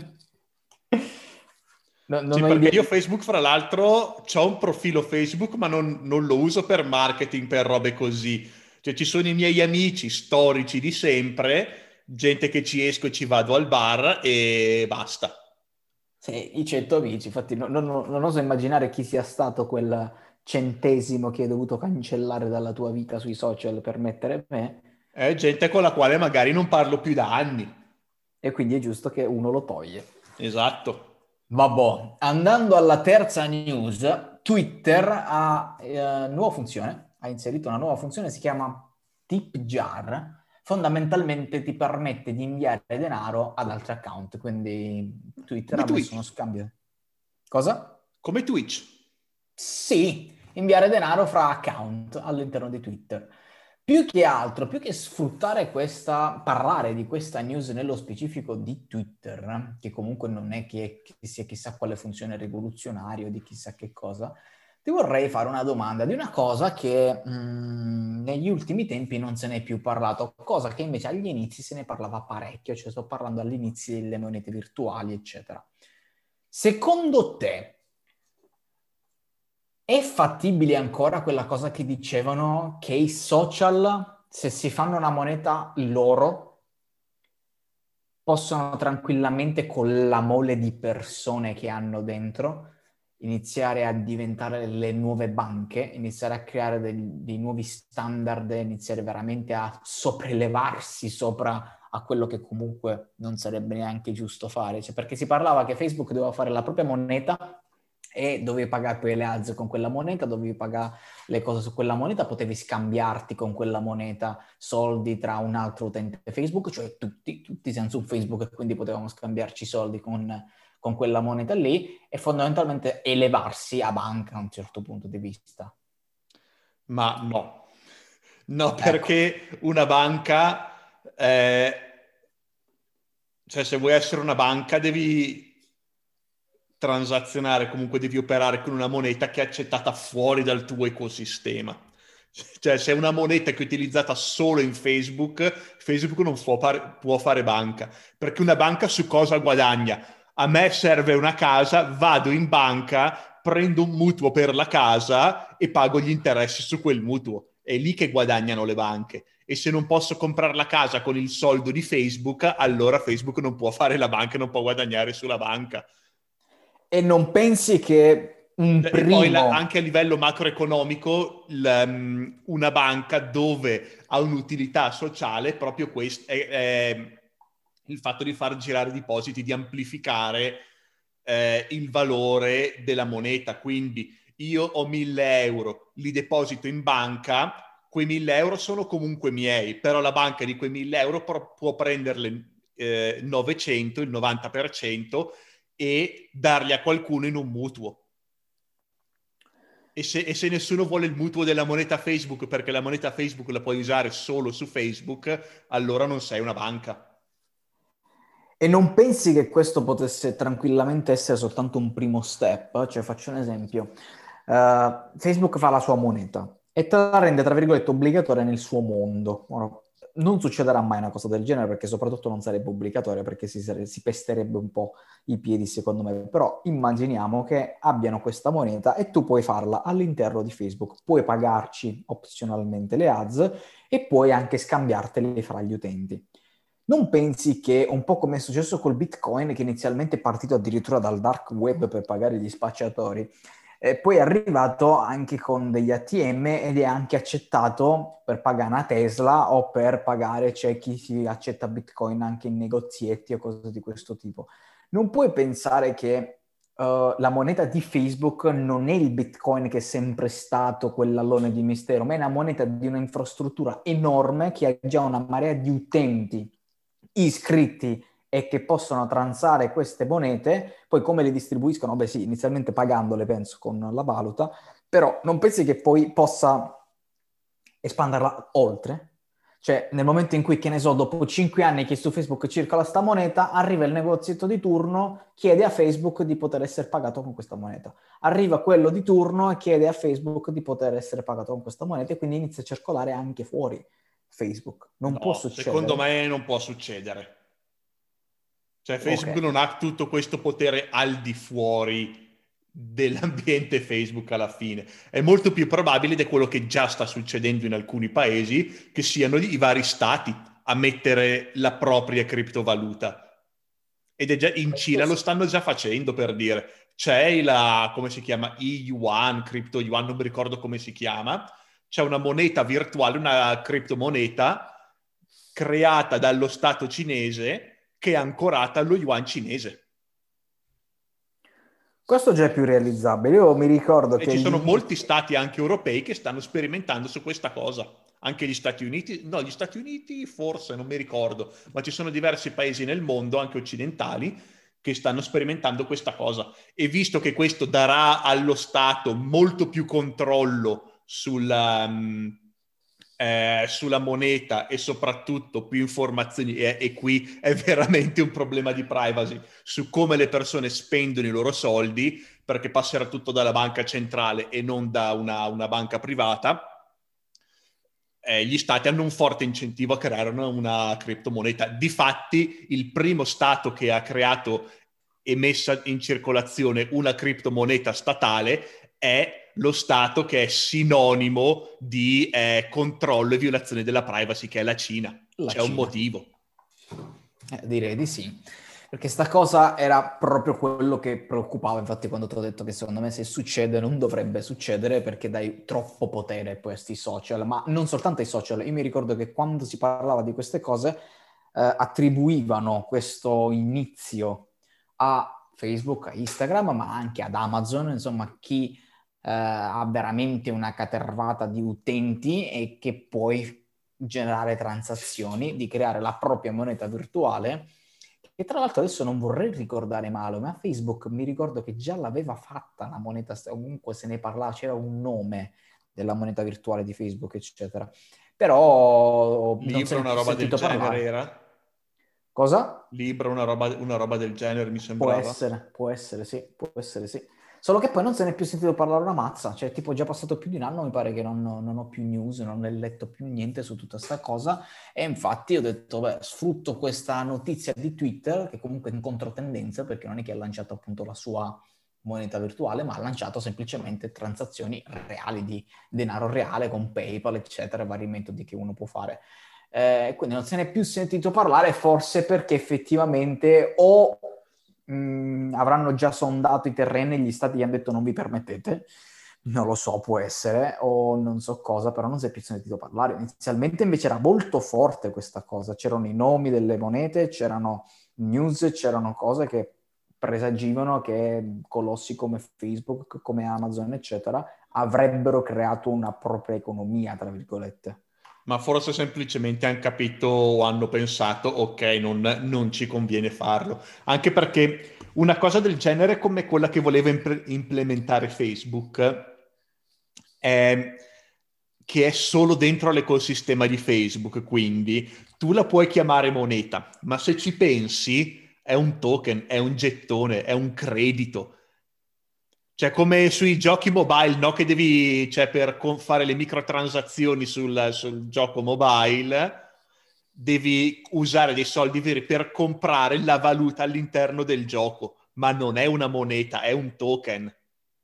Speaker 2: No, non
Speaker 1: Sì,
Speaker 2: ho
Speaker 1: perché
Speaker 2: idea
Speaker 1: io
Speaker 2: di...
Speaker 1: Facebook, fra l'altro, ho un profilo Facebook, ma non, non lo uso per marketing, per robe così. Cioè, ci sono i miei amici storici di sempre, gente che ci esco e ci vado al bar e basta.
Speaker 2: Sì, i cento amici, infatti no- no- no- non oso immaginare chi sia stato quel centesimo che hai dovuto cancellare dalla tua vita sui social per mettere me,
Speaker 1: È gente con la quale magari non parlo più da anni.
Speaker 2: e quindi è giusto che uno lo toglie.
Speaker 1: Esatto.
Speaker 2: Vabbè, andando alla terza news, Twitter ha eh, nuova funzione, ha inserito una nuova funzione, si chiama Tip Jar. Fondamentalmente ti permette di inviare denaro ad altri account, quindi Twitter
Speaker 1: Come
Speaker 2: ha messo
Speaker 1: Twitch.
Speaker 2: uno scambio. Cosa?
Speaker 1: Come Twitch.
Speaker 2: Sì, inviare denaro fra account all'interno di Twitter. Più che altro, più che sfruttare questa, parlare di questa news nello specifico di Twitter, che comunque non è che, che sia chissà quale funzione rivoluzionaria o di chissà che cosa, ti vorrei fare una domanda di una cosa che mh, negli ultimi tempi non se ne è più parlato, cosa che invece agli inizi se ne parlava parecchio, cioè sto parlando all'inizio delle monete virtuali, eccetera. Secondo te, è fattibile ancora quella cosa che dicevano che i social, se si fanno una moneta loro, possono tranquillamente con la mole di persone che hanno dentro iniziare a diventare le nuove banche, iniziare a creare dei, dei nuovi standard, iniziare veramente a sopraelevarsi sopra a quello che comunque non sarebbe neanche giusto fare. Cioè, perché si parlava che Facebook doveva fare la propria moneta e dovevi pagare poi le ads con quella moneta, dovevi pagare le cose su quella moneta, potevi scambiarti con quella moneta soldi tra un altro utente Facebook, cioè tutti, tutti siamo su Facebook e quindi potevamo scambiarci soldi con, con quella moneta lì e fondamentalmente elevarsi a banca a un certo punto di vista.
Speaker 1: Ma no. No,
Speaker 2: Ecco,
Speaker 1: perché una banca, eh, cioè se vuoi essere una banca devi, transazionare, comunque devi operare con una moneta che è accettata fuori dal tuo ecosistema. Cioè, se è una moneta che è utilizzata solo in Facebook, Facebook non può fare, può fare banca, perché una banca su cosa guadagna? A me serve una casa, vado in banca, prendo un mutuo per la casa e pago gli interessi su quel mutuo. È lì che guadagnano le banche. E se non posso comprare la casa con il soldo di Facebook, allora Facebook non può fare la banca, non può guadagnare sulla banca.
Speaker 2: E non pensi che un
Speaker 1: E poi la-
Speaker 2: primo...
Speaker 1: anche a livello macroeconomico, l- um, una banca dove ha un'utilità sociale, proprio questo è, è il fatto di far girare depositi, di amplificare eh, il valore della moneta. Quindi io ho mille euro, li deposito in banca, quei mille euro sono comunque miei, però la banca di quei mille euro pro- può prenderle eh, novecento, il novanta per cento, e darli a qualcuno in un mutuo. E se, e se nessuno vuole il mutuo della moneta Facebook perché la moneta Facebook la puoi usare solo su Facebook, allora non sei una banca.
Speaker 2: E non pensi che questo potesse tranquillamente essere soltanto un primo step? Cioè, faccio un esempio. Eh, Facebook fa la sua moneta e te la rende, tra virgolette, obbligatoria nel suo mondo. Ora, non succederà mai una cosa del genere perché soprattutto non sarebbe obbligatoria perché si, sare- si pesterebbe un po' i piedi, secondo me. Però immaginiamo che abbiano questa moneta e tu puoi farla all'interno di Facebook. Puoi pagarci opzionalmente le ads e puoi anche scambiartele fra gli utenti. Non pensi che, un po' come è successo col Bitcoin, che inizialmente è partito addirittura dal dark web per pagare gli spacciatori, e poi è arrivato anche con degli A T M ed è anche accettato per pagare una Tesla o per pagare, c'è chi si accetta Bitcoin anche in negozietti o cose di questo tipo. Non puoi pensare che uh, la moneta di Facebook non è il Bitcoin che è sempre stato quell'allone di mistero, ma è una moneta di un'infrastruttura enorme che ha già una marea di utenti iscritti e che possono transare queste monete, poi come le distribuiscono? Beh sì, inizialmente pagandole, penso, con la valuta, però non pensi che poi possa espanderla oltre? Cioè, nel momento in cui, che ne so, dopo cinque anni che su Facebook circola sta moneta, arriva il negozietto di turno, chiede a Facebook di poter essere pagato con questa moneta. Arriva quello di turno e chiede a Facebook di poter essere pagato con questa moneta e quindi inizia a circolare anche fuori Facebook. Non può
Speaker 1: No, secondo
Speaker 2: succedere?
Speaker 1: me non può succedere. Cioè
Speaker 2: Ok.
Speaker 1: Facebook non ha tutto questo potere al di fuori dell'ambiente Facebook alla fine. È molto più probabile, ed è quello che già sta succedendo in alcuni paesi, che siano i vari stati a mettere la propria criptovaluta. Ed è già in
Speaker 2: Questo
Speaker 1: Cina lo
Speaker 2: sì.
Speaker 1: stanno già facendo, per dire. C'è la, come si chiama, e-yuan, crypto yuan, non mi ricordo come si chiama. C'è una moneta virtuale, una criptomoneta creata dallo Stato cinese che è ancorata allo yuan cinese.
Speaker 2: Questo già è più realizzabile. Io mi ricordo
Speaker 1: E
Speaker 2: che
Speaker 1: ci sono
Speaker 2: l'inizio...
Speaker 1: molti stati anche europei che stanno sperimentando su questa cosa. Anche gli Stati Uniti, no, gli Stati Uniti forse, non mi ricordo, ma ci sono diversi paesi nel mondo, anche occidentali, che stanno sperimentando questa cosa. E visto che questo darà allo Stato molto più controllo sulla, um, eh, sulla moneta e soprattutto più informazioni, e, e qui è veramente un problema di privacy, su come le persone spendono i loro soldi, perché passerà tutto dalla banca centrale e non da una, una banca privata. Eh, gli stati hanno un forte incentivo a creare una, una criptomoneta. Difatti, il primo stato che ha creato e messa in circolazione una criptomoneta statale è lo stato che è sinonimo di eh, controllo e violazione della privacy, che è la Cina.
Speaker 2: La
Speaker 1: C'è un
Speaker 2: Cina.
Speaker 1: motivo.
Speaker 2: Eh, direi di sì. Perché sta cosa era proprio quello che preoccupava, infatti quando ti ho detto che secondo me se succede non dovrebbe succedere perché dai troppo potere a questi social, ma non soltanto ai social. Io mi ricordo che quando si parlava di queste cose eh, attribuivano questo inizio a Facebook, a Instagram, ma anche ad Amazon, insomma chi eh, ha veramente una catervata di utenti e che puoi generare transazioni, di creare la propria moneta virtuale. E tra l'altro adesso non vorrei ricordare male, ma Facebook mi ricordo che già l'aveva fatta la moneta, comunque se ne parlava, c'era un nome della moneta virtuale di Facebook, eccetera. Però non se
Speaker 1: Libra,
Speaker 2: ne è
Speaker 1: una
Speaker 2: più
Speaker 1: roba del
Speaker 2: sentito
Speaker 1: genere
Speaker 2: parlare.
Speaker 1: era?
Speaker 2: Cosa?
Speaker 1: Libra, una roba, una roba del genere, mi
Speaker 2: Può
Speaker 1: sembrava.
Speaker 2: essere, può essere, sì, può essere, sì. Solo che poi non se ne è più sentito parlare una mazza, cioè tipo già passato più di un anno, mi pare che non, non ho più news, non ho letto più niente su tutta sta cosa, e infatti ho detto, beh, sfrutto questa notizia di Twitter, che comunque è in controtendenza, perché non è che ha lanciato appunto la sua moneta virtuale, ma ha lanciato semplicemente transazioni reali di denaro reale con PayPal, eccetera, vari metodi che uno può fare. Eh, quindi non se ne è più sentito parlare, forse perché effettivamente o mh, avranno già sondato i terreni e gli stati gli hanno detto non vi permettete, non lo so, può essere, o non so cosa, però non si è più sentito parlare. Inizialmente invece era molto forte questa cosa, c'erano i nomi delle monete, c'erano news, c'erano cose che presagivano che colossi come Facebook, come Amazon, eccetera, avrebbero creato una propria economia, tra virgolette.
Speaker 1: Ma forse semplicemente hanno capito o hanno pensato, ok, non, non ci conviene farlo. Anche perché una cosa del genere come quella che voleva impre- implementare Facebook, è che è solo dentro l'ecosistema di Facebook, quindi tu la puoi chiamare moneta, ma se ci pensi è un token, è un gettone, è un credito. Cioè, come sui giochi mobile, no? Che devi, cioè, per con- fare le microtransazioni sul, sul gioco mobile, devi usare dei soldi veri per comprare la valuta all'interno del gioco, ma non è una moneta, è un token.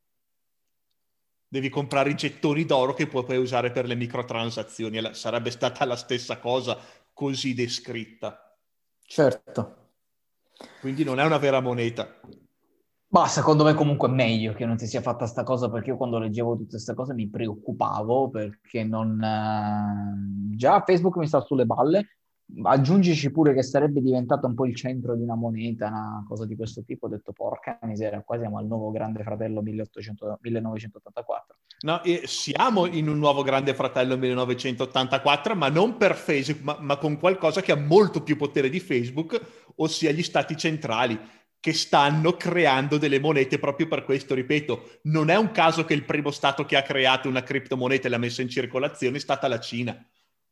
Speaker 1: Devi comprare i gettoni d'oro che puoi poi usare per le microtransazioni. E la- Sarebbe stata la stessa cosa così descritta.
Speaker 2: Certo.
Speaker 1: Quindi non è una vera moneta.
Speaker 2: Ma secondo me comunque è meglio che non si sia fatta sta cosa, perché io quando leggevo tutte queste cose mi preoccupavo perché non... eh, già Facebook mi sta sulle balle, aggiungici pure che sarebbe diventato un po' il centro di una moneta, una cosa di questo tipo, ho detto porca miseria, qua siamo al nuovo Grande Fratello milleottocento millenovecentottantaquattro.
Speaker 1: No, e siamo in un nuovo Grande Fratello millenovecentottantaquattro, ma non per Facebook, ma, ma con qualcosa che ha molto più potere di Facebook, ossia gli stati centrali, che stanno creando delle monete proprio per questo. Ripeto, non è un caso che il primo stato che ha creato una criptomoneta e l'ha messa in circolazione è stata la Cina.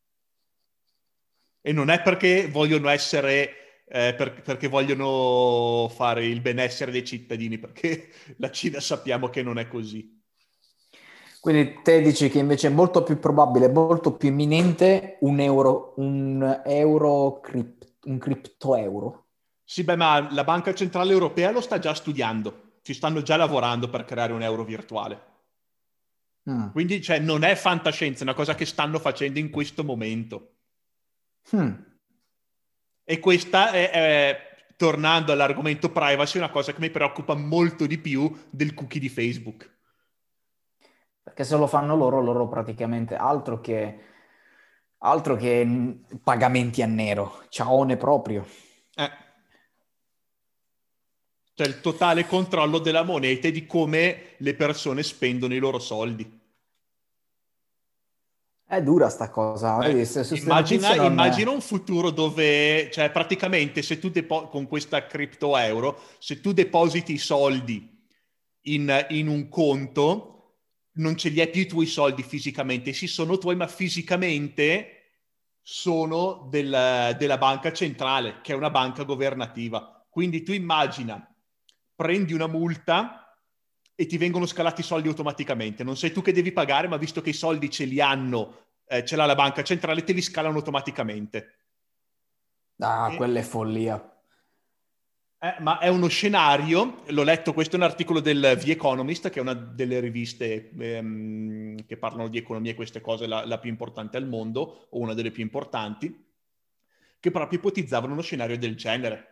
Speaker 1: E non è perché vogliono essere, eh, per- perché vogliono fare il benessere dei cittadini, perché la Cina sappiamo che non è così.
Speaker 2: Quindi te dici che invece è molto più probabile, molto più imminente un euro, un euro, cript, un cripto euro.
Speaker 1: Sì, beh, ma la Banca Centrale Europea lo sta già studiando, ci stanno già lavorando per creare un euro virtuale.
Speaker 2: Mm.
Speaker 1: Quindi, cioè, non è fantascienza, è una cosa che stanno facendo in questo momento.
Speaker 2: Hmm.
Speaker 1: E questa è, è, tornando all'argomento privacy, una cosa che mi preoccupa molto di più del cookie di Facebook.
Speaker 2: Perché se lo fanno loro, loro praticamente altro che, altro che n- pagamenti a nero, ciaone proprio.
Speaker 1: Eh, cioè il totale controllo della moneta e di come le persone spendono i loro soldi.
Speaker 2: È dura sta cosa,
Speaker 1: Eh,
Speaker 2: vedi, se su queste
Speaker 1: immagina,
Speaker 2: notizie non...
Speaker 1: immagina un futuro dove, cioè praticamente se tu depo- con questa cripto euro, se tu depositi i soldi in, in un conto, non ce li hai più i tuoi soldi fisicamente, sì sono tuoi, ma fisicamente sono del- della banca centrale, che è una banca governativa. Quindi tu immagina, prendi una multa e ti vengono scalati i soldi automaticamente. Non sei tu che devi pagare, ma visto che i soldi ce li hanno eh, ce l'ha la banca centrale, te li scalano automaticamente.
Speaker 2: Ah,
Speaker 1: E,
Speaker 2: quella è follia.
Speaker 1: eh, ma è uno scenario, l'ho letto, questo è un articolo del The Economist, che è una delle riviste ehm, che parlano di economia e queste cose, la, la più importante al mondo, o una delle più importanti, che proprio ipotizzavano uno scenario del genere.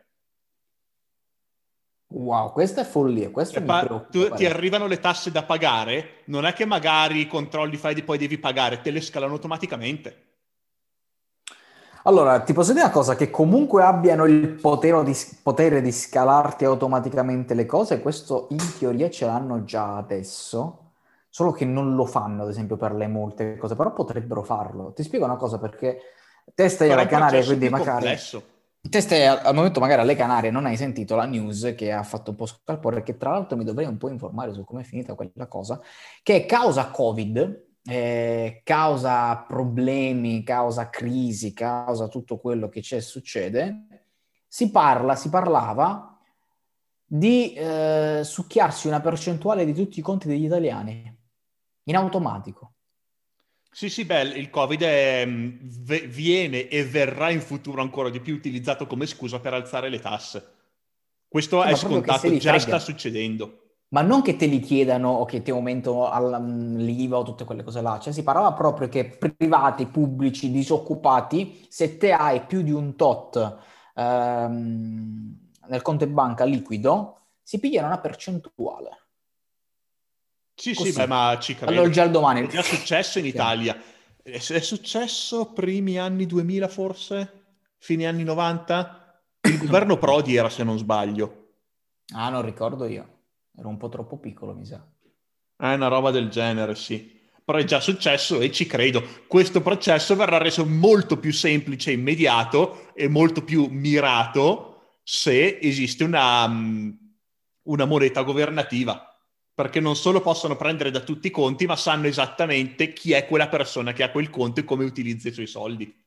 Speaker 2: Wow, questa è follia, questa
Speaker 1: Cioè,
Speaker 2: mi
Speaker 1: pa-
Speaker 2: preoccupa
Speaker 1: tu- ti
Speaker 2: parecchio.
Speaker 1: arrivano le tasse da pagare, non è che magari i controlli fai e poi devi pagare, te le scalano automaticamente.
Speaker 2: Allora, ti posso dire una cosa, che comunque abbiano il potere di, potere di scalarti automaticamente le cose, questo in teoria ce l'hanno già adesso, solo che non lo fanno, ad esempio, per le multe e cose, però potrebbero farlo. Ti spiego una cosa, perché te stai
Speaker 1: Però è
Speaker 2: alle
Speaker 1: un
Speaker 2: Canarie,
Speaker 1: processo
Speaker 2: quindi
Speaker 1: più
Speaker 2: magari...
Speaker 1: complesso.
Speaker 2: Te stai al al momento magari alle Canarie, non hai sentito la news che ha fatto un po' scalpore, che tra l'altro mi dovrei un po' informare su come è finita quella cosa, che causa Covid, eh, causa problemi, causa crisi, causa tutto quello che c'è e succede, si parla, si parlava di eh, succhiarsi una percentuale di tutti i conti degli italiani, in automatico.
Speaker 1: Sì, sì, beh, il Covid è, mh, v- viene e verrà in futuro ancora di più utilizzato come scusa per alzare le tasse. Questo
Speaker 2: Sì,
Speaker 1: è
Speaker 2: ma proprio che se
Speaker 1: scontato,
Speaker 2: li
Speaker 1: già sta
Speaker 2: freggano.
Speaker 1: succedendo.
Speaker 2: Ma non che te li chiedano o che ti aumentano alla- l'I V A o tutte quelle cose là, cioè si parlava proprio che privati, pubblici, disoccupati, se te hai più di un tot ehm, nel conto in banca liquido, si pigliano una percentuale.
Speaker 1: Sì, sì, beh,
Speaker 2: Così.
Speaker 1: ma ci
Speaker 2: Allora
Speaker 1: credo.
Speaker 2: già il domani.
Speaker 1: È già successo in
Speaker 2: Piano.
Speaker 1: Italia. È è successo primi anni duemila forse? Fine anni novanta? Il governo Prodi era, se non sbaglio.
Speaker 2: Ah, non ricordo io. Ero un po' troppo piccolo, mi sa.
Speaker 1: È una roba del genere, sì. Però è già successo e ci credo. Questo processo verrà reso molto più semplice e immediato e molto più mirato se esiste una, mm, una moneta governativa. Perché non solo possono prendere da tutti i conti, ma sanno esattamente chi è quella persona che ha quel conto e come utilizza i suoi soldi.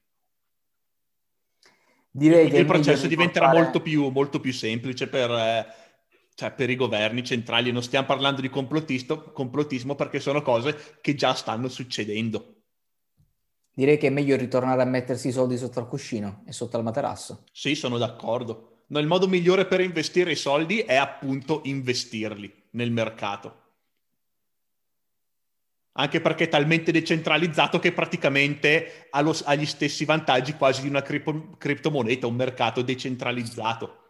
Speaker 1: E
Speaker 2: Direi
Speaker 1: quindi
Speaker 2: che è
Speaker 1: il
Speaker 2: meglio
Speaker 1: processo diventerà molto
Speaker 2: riportare...
Speaker 1: più, molto più semplice per, eh, cioè, per i governi centrali. Non stiamo parlando di complottisto- complottismo perché sono cose che già stanno succedendo.
Speaker 2: Direi che è meglio ritornare a mettersi i soldi sotto al cuscino e sotto al materasso.
Speaker 1: Sì, sono d'accordo. No, il modo migliore per investire i soldi è appunto investirli nel mercato. Anche perché è talmente decentralizzato che praticamente ha, lo- ha gli stessi vantaggi quasi di una cripto- criptomoneta, un mercato decentralizzato.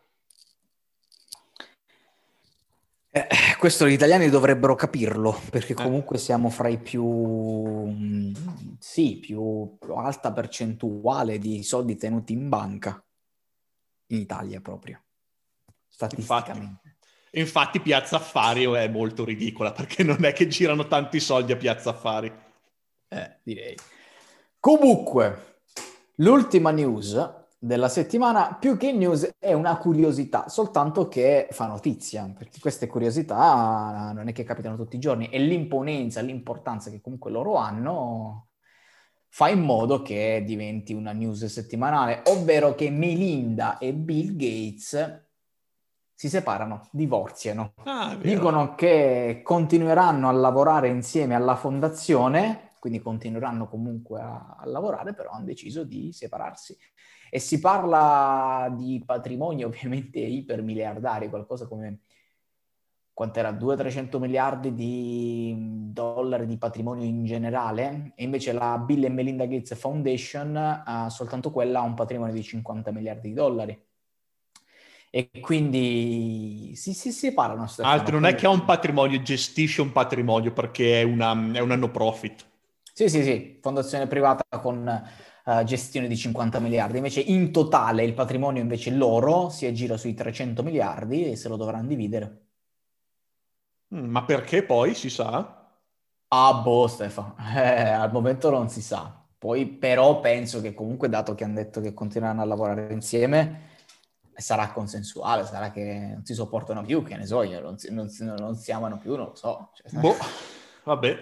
Speaker 2: Eh, questo gli italiani dovrebbero capirlo, perché
Speaker 1: Eh.
Speaker 2: comunque siamo fra i più, mm, sì, più, più alta percentuale di soldi tenuti in banca in Italia proprio,
Speaker 1: Infatti,
Speaker 2: statisticamente.
Speaker 1: infatti Piazza Affari è molto ridicola perché non è che girano tanti soldi a Piazza Affari.
Speaker 2: Eh, direi. Comunque, l'ultima news della settimana, più che news, è una curiosità, soltanto che fa notizia, perché queste curiosità non è che capitano tutti i giorni e l'imponenza, l'importanza che comunque loro hanno fa in modo che diventi una news settimanale, ovvero che Melinda e Bill Gates si separano, divorziano.
Speaker 1: Ah, è vero.
Speaker 2: Dicono che continueranno a lavorare insieme alla fondazione, quindi continueranno comunque a, a lavorare, però hanno deciso di separarsi. E si parla di patrimoni ovviamente ipermiliardari, qualcosa come quant'era duecento trecento miliardi di dollari di patrimonio in generale, e invece la Bill e Melinda Gates Foundation, ha soltanto quella ha un patrimonio di cinquanta miliardi di dollari. E quindi si, si separano,
Speaker 1: Altro
Speaker 2: Stefano.
Speaker 1: non è
Speaker 2: Quindi
Speaker 1: che ha un patrimonio, gestisce un patrimonio perché è una, è una no profit.
Speaker 2: sì, sì, sì, fondazione privata con eh, gestione di cinquanta miliardi. Invece in totale il patrimonio invece loro si aggira sui trecento miliardi e se lo dovranno dividere.
Speaker 1: Mm, ma perché poi si sa?
Speaker 2: Ah, boh, Stefano, eh, al momento non si sa. Poi però penso che comunque, dato che hanno detto che continueranno a lavorare insieme, sarà consensuale, sarà che non si sopportano più, che ne so io, non si, non si- non si amano più, non lo so. Cioè,
Speaker 1: Boh, vabbè.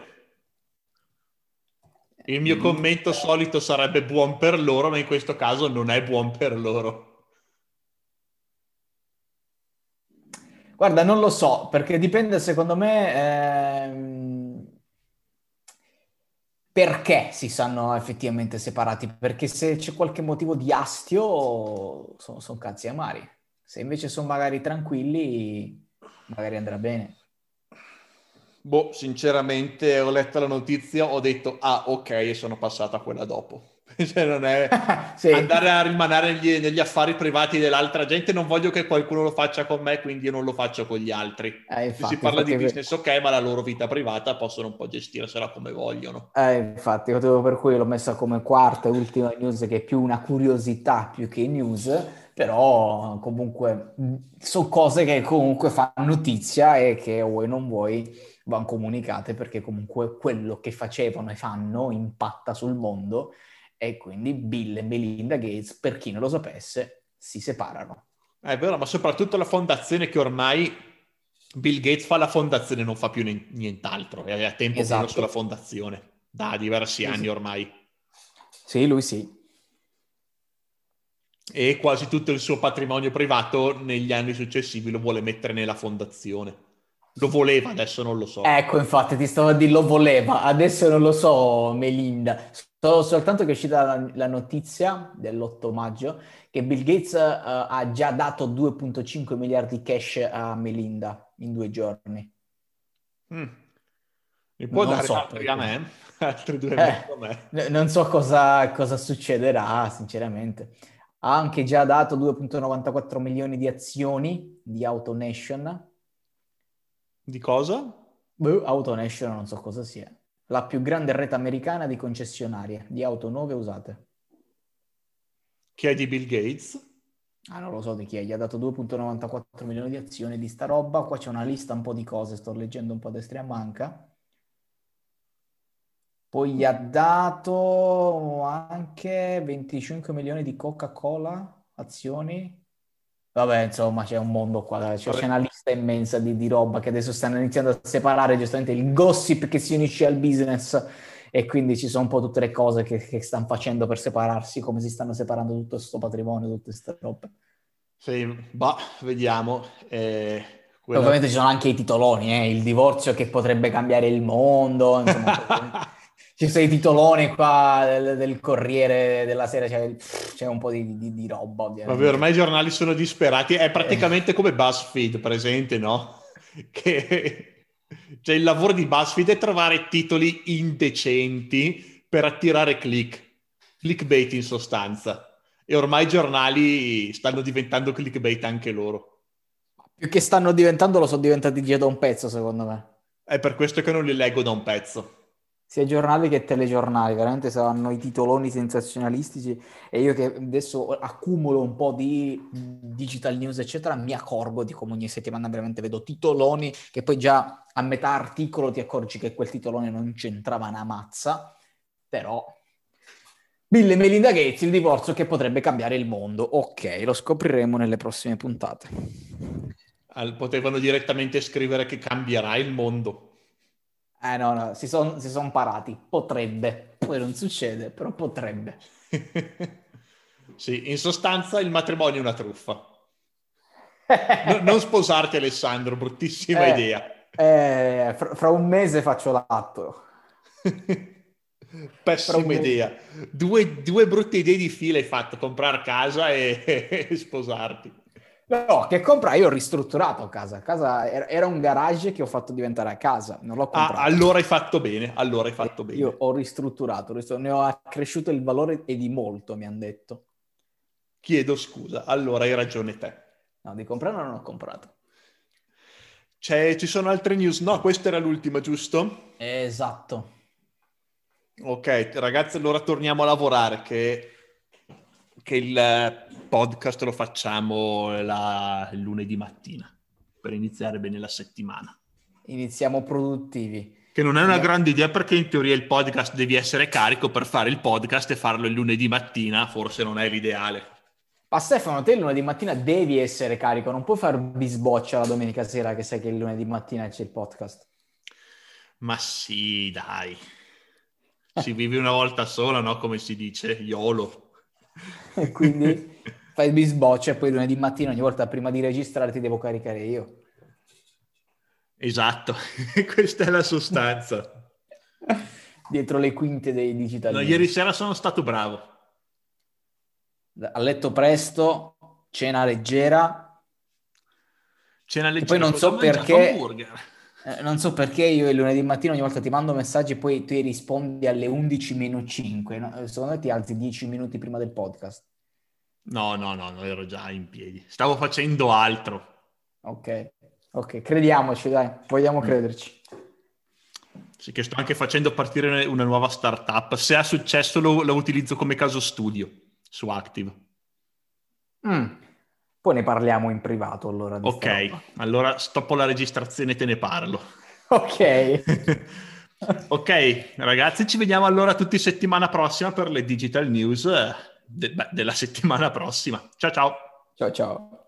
Speaker 1: Il mio commento solito sarebbe buon per loro, ma in questo caso non è buon per loro.
Speaker 2: guarda, non lo so, perché dipende secondo me ehm, perché si sanno effettivamente separati, perché se c'è qualche motivo di astio sono cazzi amari. Se invece sono magari tranquilli, magari andrà bene.
Speaker 1: Boh, sinceramente ho letto la notizia, ho detto, ah, ok, e sono passata a quella dopo. Cioè, non è
Speaker 2: Sì,
Speaker 1: andare a rimanere negli, negli affari privati dell'altra gente, non voglio che qualcuno lo faccia con me, quindi io non lo faccio con gli altri.
Speaker 2: eh,
Speaker 1: Se si
Speaker 2: infatti,
Speaker 1: parla di
Speaker 2: infatti,
Speaker 1: business, ok, ma la loro vita privata possono un po' gestirsela come vogliono.
Speaker 2: eh, infatti, motivo per cui l'ho messa come quarta e ultima news, che è più una curiosità più che news, però comunque sono cose che comunque fanno notizia e che vuoi non vuoi vanno comunicate, perché comunque quello che facevano e fanno impatta sul mondo, e quindi Bill e Melinda Gates, per chi non lo sapesse, si separano.
Speaker 1: Eh, È vero, ma soprattutto la fondazione che ormai Bill Gates fa la fondazione, non fa più ni- nient'altro, è a tempo pieno sulla
Speaker 2: Esatto.
Speaker 1: fondazione, da diversi
Speaker 2: Sì,
Speaker 1: anni
Speaker 2: sì.
Speaker 1: ormai.
Speaker 2: Sì, lui sì.
Speaker 1: e quasi tutto il suo patrimonio privato negli anni successivi lo vuole mettere nella fondazione. Lo voleva, adesso non lo so.
Speaker 2: Ecco, infatti, ti stavo a dire lo voleva, adesso non lo so, Melinda. So soltanto che è uscita la, la notizia dell'otto maggio che Bill Gates eh, ha già dato due virgola cinque miliardi cash a Melinda in due giorni.
Speaker 1: Mm. Mi può
Speaker 2: Non
Speaker 1: dare
Speaker 2: so
Speaker 1: altri a
Speaker 2: perché.
Speaker 1: me? Altri due e
Speaker 2: Eh,
Speaker 1: mezzo a me?
Speaker 2: n- non so cosa, cosa succederà, sinceramente. Ha anche già dato due virgola novantaquattro milioni di azioni di AutoNation.
Speaker 1: Di cosa?
Speaker 2: Boh, AutoNation non so cosa sia. La più grande rete americana di concessionarie di auto nuove usate.
Speaker 1: Che è di Bill Gates?
Speaker 2: Ah, non lo so di chi è, gli ha dato due virgola novantaquattro milioni di azioni di sta roba. Qua c'è una lista un po' di cose, sto leggendo un po' a destra e a manca. Poi gli ha dato anche venticinque milioni di Coca-Cola azioni. Vabbè, insomma, c'è un mondo qua, c'è, c'è una lista immensa di, di roba che adesso stanno iniziando a separare giustamente il gossip che si unisce al business e quindi ci sono un po' tutte le cose che, che stanno facendo per separarsi, come si stanno separando tutto questo patrimonio, tutte queste robe.
Speaker 1: Sì, bah, vediamo. Eh, quella...
Speaker 2: Ovviamente ci sono anche i titoloni, eh, il divorzio che potrebbe cambiare il mondo, insomma, ci sono i titoloni qua del, del Corriere della Sera, c'è, c'è un po' di, di, di roba ovviamente.
Speaker 1: Vabbè, ormai i giornali sono disperati, è praticamente eh. come BuzzFeed, presente, no? Che cioè il lavoro di BuzzFeed è trovare titoli indecenti per attirare click, clickbait in sostanza, e ormai i giornali stanno diventando clickbait anche loro.
Speaker 2: Più che stanno diventando, lo sono diventati già da un pezzo, secondo me.
Speaker 1: È per questo che non li leggo da un pezzo.
Speaker 2: Sia giornali che telegiornali, veramente saranno i titoloni sensazionalistici e io che adesso accumulo un po' di digital news, eccetera, mi accorgo di come ogni settimana veramente vedo titoloni che poi già a metà articolo ti accorgi che quel titolone non c'entrava una mazza, però... Bill e Melinda Gates, il divorzio che potrebbe cambiare il mondo. Ok, lo scopriremo nelle prossime puntate.
Speaker 1: Potevano direttamente scrivere che cambierà il mondo.
Speaker 2: Eh no, no, si sono si son parati. Potrebbe. Poi non succede, però potrebbe.
Speaker 1: Sì, in sostanza il matrimonio è una truffa. No, non sposarti, Alessandro, bruttissima
Speaker 2: eh,
Speaker 1: idea.
Speaker 2: Eh, fra, fra un mese faccio l'atto.
Speaker 1: Pessima idea. Due, due brutte idee di fila hai fatto, comprare casa e, e sposarti.
Speaker 2: No, che comprai, io ho ristrutturato casa. Casa era, era un garage che ho fatto diventare a casa, non l'ho comprato.
Speaker 1: Ah, allora hai fatto bene, allora hai fatto bene.
Speaker 2: Io ho ristrutturato, ne ho accresciuto il valore e di molto, mi hanno detto.
Speaker 1: Chiedo scusa, allora hai ragione te.
Speaker 2: No, di comprare non ho comprato.
Speaker 1: C'è, ci sono altre news? No, questa era l'ultima, giusto?
Speaker 2: Esatto.
Speaker 1: Ok, ragazzi, allora torniamo a lavorare, che, che il podcast lo facciamo la, il lunedì mattina, per iniziare bene la settimana.
Speaker 2: Iniziamo produttivi.
Speaker 1: Che non è una grande idea, perché in teoria il podcast devi essere carico per fare il podcast e farlo il lunedì mattina, forse non è l'ideale.
Speaker 2: Ma Stefano, te il lunedì mattina devi essere carico, non puoi fare bisboccia la domenica sera che sai che il lunedì mattina c'è il podcast.
Speaker 1: Ma sì, dai. Si vive una volta sola, no? Come si dice, YOLO.
Speaker 2: E quindi fai bisboccia e poi lunedì mattina ogni volta prima di registrare ti devo caricare io.
Speaker 1: Esatto, questa è la sostanza.
Speaker 2: Dietro le quinte dei digital
Speaker 1: no,
Speaker 2: news.
Speaker 1: Ieri sera sono stato bravo.
Speaker 2: A letto presto, cena leggera.
Speaker 1: Cena leggera,
Speaker 2: e poi non so perché...
Speaker 1: hamburger.
Speaker 2: Eh, non so perché io il lunedì mattina ogni volta ti mando messaggi e poi tu rispondi alle undici meno cinque, no? Secondo me ti alzi dieci minuti prima del podcast.
Speaker 1: No, no, no, no, ero già in piedi. Stavo facendo altro.
Speaker 2: Ok, ok, crediamoci, dai, vogliamo mm. crederci.
Speaker 1: Sì, che sto anche facendo partire una nuova startup. Se ha successo lo, lo utilizzo come caso studio su Active.
Speaker 2: Mm. Poi ne parliamo in privato allora. Di
Speaker 1: ok, allora stoppo la registrazione e te ne parlo.
Speaker 2: Ok.
Speaker 1: Ok, ragazzi, ci vediamo allora tutti settimana prossima per le digital news de- beh, della settimana prossima. Ciao ciao.
Speaker 2: Ciao ciao.